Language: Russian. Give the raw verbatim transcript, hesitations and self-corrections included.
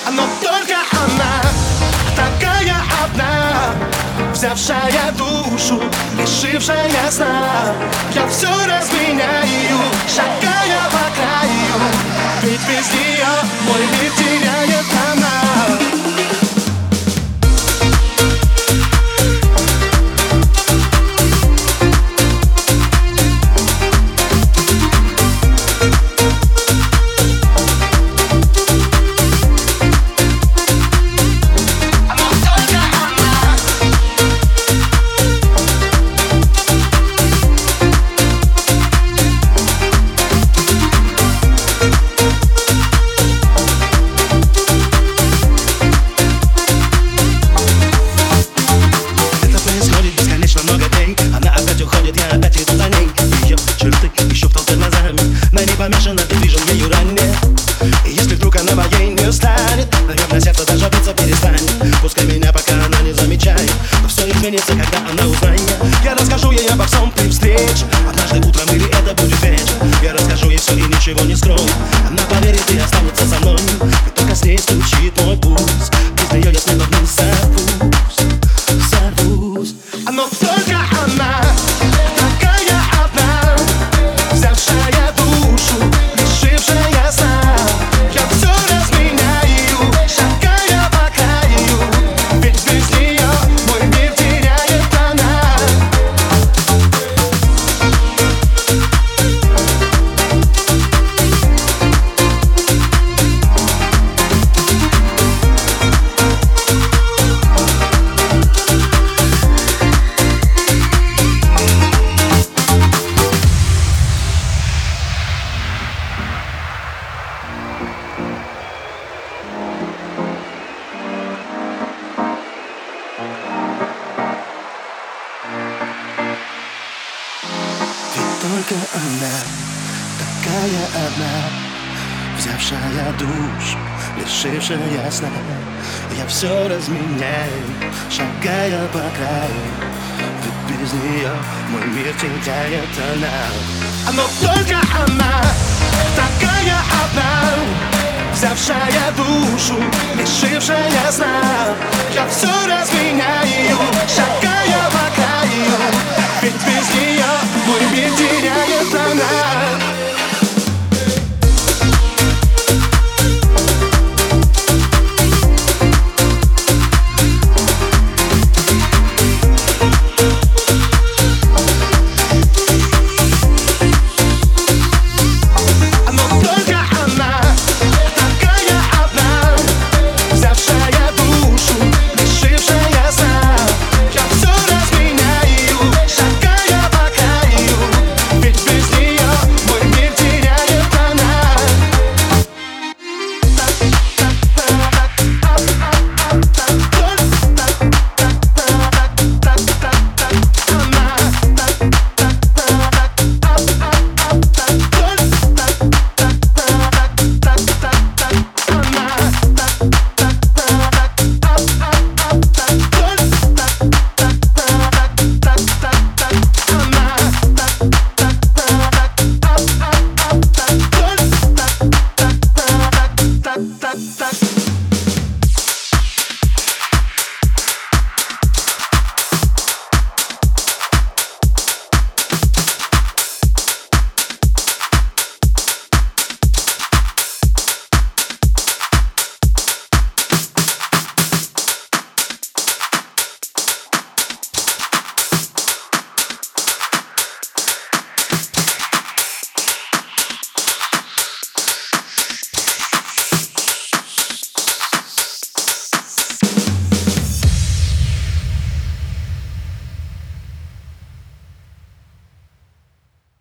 Но только она, такая одна, взявшая душу, лишившая сна. Я все разменяю, шагая по краю, ведь без нее мой мир теряет она. Помешана, ты движен ею ранее. И если вдруг она моей не станет, наверное, сердце даже биться перестанет. Пускай меня пока она не замечает, но все изменится, когда она узнает. Я расскажу ей обо всем при встрече, однажды утром или это будет вечер. Я расскажу ей все и ничего не скрою. Она поверит и останется со мной, ведь только с ней стучит мой пульс. Без нее я снова вниз сорвусь, сорвусь. Но только она, такая одна, взявшая душу, лишившая сна. Я все разменяю, шагая по краю, ведь без нее мой мир теряет она. Только она, такая одна, взявшая душу, лишившая сна. Я все разменяю, шагая по краю, ведь без нее мой мир теряет она. Но только она, такая одна, взявшая душу, лишившая сна. Я все разменяю, шагая по краю, ведь без нее мой мир теряет